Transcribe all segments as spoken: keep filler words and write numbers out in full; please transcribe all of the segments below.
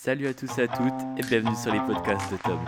Salut à tous et à toutes et bienvenue sur les podcasts de Tom.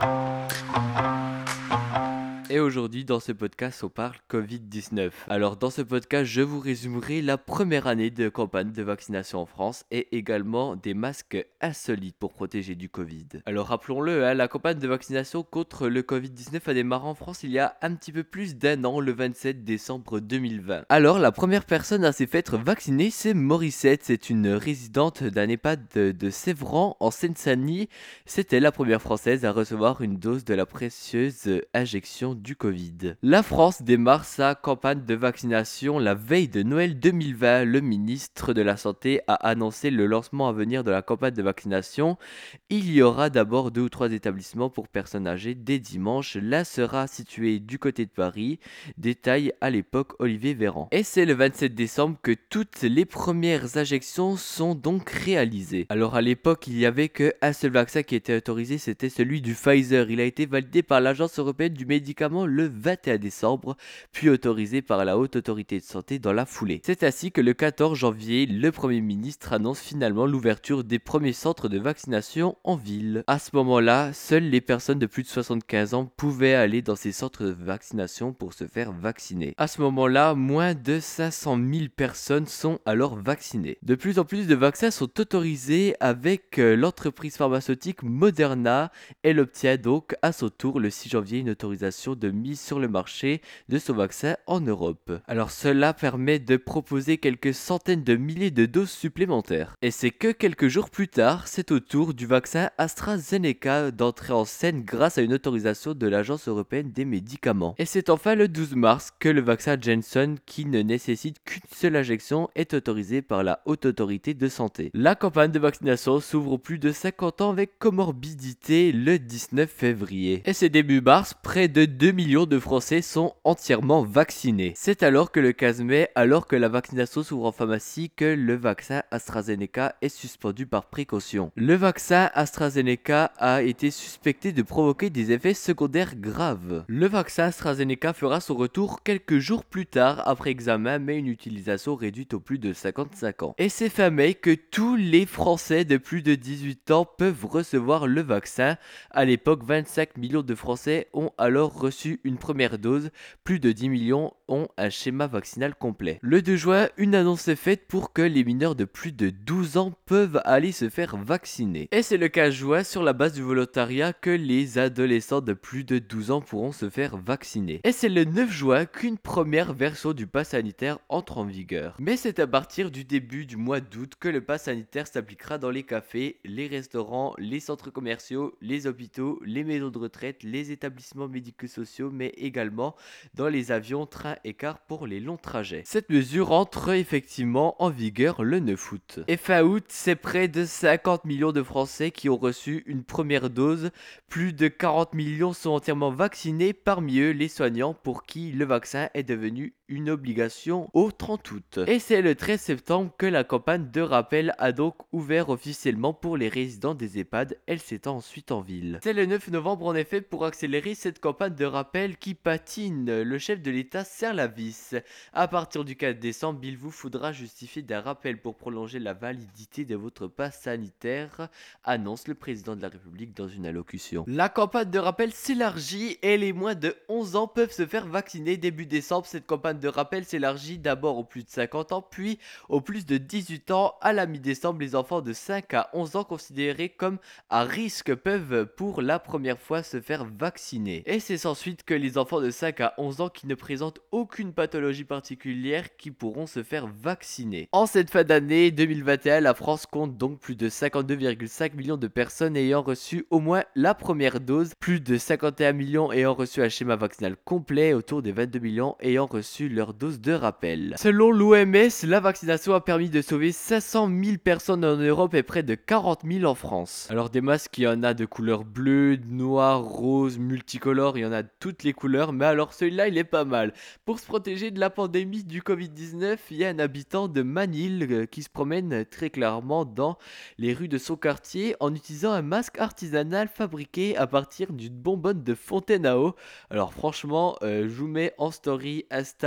Et aujourd'hui, dans ce podcast, on parle covid dix-neuf. Alors, dans ce podcast, je vous résumerai la première année de campagne de vaccination en France et également des masques insolites pour protéger du Covid. Alors, rappelons-le, hein, la campagne de vaccination contre le covid dix-neuf a démarré en France il y a un petit peu plus d'un an, le vingt-sept décembre deux mille vingt. Alors, la première personne à s'est fait vacciner, c'est Morissette. C'est une résidente d'un EHPAD de, de Sévran en Seine-Saint-Denis. C'était la première française à recevoir une dose de la précieuse injection du Covid. La France démarre sa campagne de vaccination la veille de Noël deux mille vingt. Le ministre de la Santé a annoncé le lancement à venir de la campagne de vaccination. Il y aura d'abord deux ou trois établissements pour personnes âgées dès dimanche. L'un sera situé du côté de Paris, détaille à l'époque Olivier Véran. Et c'est le vingt-sept décembre que toutes les premières injections sont donc réalisées. Alors à l'époque, il n'y avait qu'un seul vaccin qui était autorisé, c'était celui du Pfizer. Il a été validé par l'Agence européenne du médicament le vingt et un décembre, puis autorisé par la Haute Autorité de Santé dans la foulée. C'est ainsi que le quatorze janvier, le Premier ministre annonce finalement l'ouverture des premiers centres de vaccination en ville. À ce moment-là, seules les personnes de plus de soixante-quinze ans pouvaient aller dans ces centres de vaccination pour se faire vacciner. À ce moment-là, moins de cinq cent mille personnes sont alors vaccinées. De plus en plus de vaccins sont autorisés avec euh, l'entreprise pharmaceutique Moderna. Elle obtient donc à son tour le six janvier une autorisation de mise sur le marché de son vaccin en Europe. Alors cela permet de proposer quelques centaines de milliers de doses supplémentaires. Et c'est que quelques jours plus tard, c'est au tour du vaccin AstraZeneca d'entrer en scène grâce à une autorisation de l'Agence européenne des médicaments. Et c'est enfin le douze mars que le vaccin Janssen, qui ne nécessite qu'une seule injection, est autorisé par la Haute Autorité de Santé. La campagne de vaccination s'ouvre aux plus de cinquante ans avec comorbidité le dix-neuf février. Et c'est début mars, près de deux millions de Français sont entièrement vaccinés. C'est alors que le quinze mai, alors que la vaccination s'ouvre en pharmacie, que le vaccin AstraZeneca est suspendu par précaution. Le vaccin AstraZeneca a été suspecté de provoquer des effets secondaires graves. Le vaccin AstraZeneca fera son retour quelques jours plus tard après examen, mais une utilisation réduite aux plus de cinquante-cinq ans. Et c'est fin mai que tous les Français de plus de dix-huit ans peuvent recevoir le vaccin. À l'époque, vingt-cinq millions de Français ont alors reçu une première dose, plus de dix millions ont un schéma vaccinal complet. Le deux juin, une annonce est faite pour que les mineurs de plus de douze ans peuvent aller se faire vacciner. Et c'est le quinze juin, sur la base du volontariat, que les adolescents de plus de douze ans pourront se faire vacciner. Et c'est le neuf juin qu'une première version du pass sanitaire entre en vigueur. Mais c'est à partir du début du mois d'août que le pass sanitaire s'appliquera dans les cafés, les restaurants, les centres commerciaux, les hôpitaux, les maisons de retraite, les établissements médico-sociaux, mais également dans les avions, trains et cars pour les longs trajets. Cette mesure entre effectivement en vigueur le neuf août. Et fin août, c'est près de cinquante millions de Français qui ont reçu une première dose. Plus de quarante millions sont entièrement vaccinés, parmi eux les soignants pour qui le vaccin est devenu une obligation au trente août. Et c'est le treize septembre que la campagne de rappel a donc ouvert officiellement pour les résidents des EHPAD. Elle s'étend ensuite en ville. C'est le neuf novembre en effet pour accélérer cette campagne de rappel qui patine. Le chef de l'État serre la vis. À partir du quatre décembre, il vous faudra justifier d'un rappel pour prolonger la validité de votre passe sanitaire, annonce le président de la République dans une allocution. La campagne de rappel s'élargit et les moins de onze ans peuvent se faire vacciner début décembre. Cette campagne de rappel s'élargit d'abord aux plus de cinquante ans, puis aux plus de dix-huit ans. À la mi-décembre, les enfants de cinq à onze ans considérés comme à risque peuvent pour la première fois se faire vacciner. Et c'est ensuite que les enfants de cinq à onze ans qui ne présentent aucune pathologie particulière qui pourront se faire vacciner. En cette fin d'année deux mille vingt et un, la France compte donc plus de cinquante-deux virgule cinq millions de personnes ayant reçu au moins la première dose, plus de cinquante et un millions ayant reçu un schéma vaccinal complet, autour des vingt-deux millions ayant reçu leur dose de rappel. Selon l'O M S, la vaccination a permis de sauver cinq cent mille personnes en Europe et près de quarante mille en France. Alors des masques, il y en a de couleur bleue, noire, rose, multicolore, il y en a de toutes les couleurs, mais alors celui-là il est pas mal. Pour se protéger de la pandémie du covid dix-neuf, il y a un habitant de Manille euh, qui se promène très clairement dans les rues de son quartier en utilisant un masque artisanal fabriqué à partir d'une bonbonne de fontaine à eau. Alors franchement, euh, je vous mets en story Insta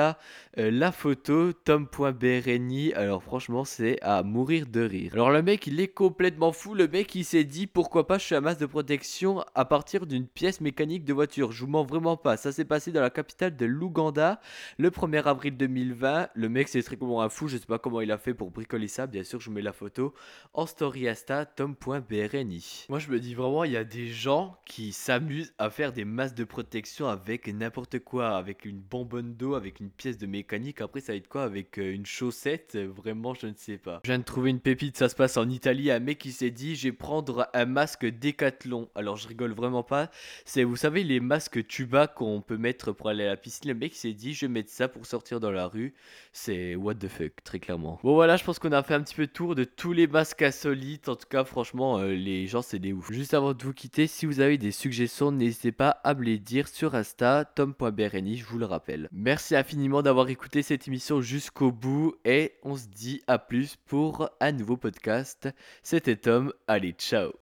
Insta euh, la photo tom.brni. Alors franchement, c'est à mourir de rire. Alors le mec, il est complètement fou. Le mec, il s'est dit pourquoi pas je fais un masque de protection à partir d'une pièce mécanique de voiture. Je vous mens vraiment pas. Ça s'est passé dans la capitale de l'Ouganda le premier avril deux mille vingt. Le mec, c'est très comme un fou. Je sais pas comment il a fait pour bricoler ça. Bien sûr, je vous mets la photo en story Insta tom.brni. Moi, je me dis vraiment, il y a des gens qui s'amusent à faire des masques de protection avec n'importe quoi, avec une bonbonne d'eau, avec une pièce de mécanique. Après, ça va être quoi avec euh, une chaussette? Euh, Vraiment, je ne sais pas. Je viens de trouver une pépite, ça se passe en Italie. Un mec qui s'est dit, je vais prendre un masque Décathlon. Alors, je rigole vraiment pas. C'est, vous savez, les masques tuba qu'on peut mettre pour aller à la piscine. Le mec s'est dit, je vais mettre ça pour sortir dans la rue. C'est what the fuck, très clairement. Bon, voilà, je pense qu'on a fait un petit peu le tour de tous les masques insolites. En tout cas, franchement, euh, les gens, c'est des ouf. Juste avant de vous quitter, si vous avez des suggestions, n'hésitez pas à me les dire sur Insta, tom.brni, je vous le rappelle. Merci infiniment d'avoir écouté cette émission jusqu'au bout et on se dit à plus pour un nouveau podcast. C'était Tom, allez, ciao.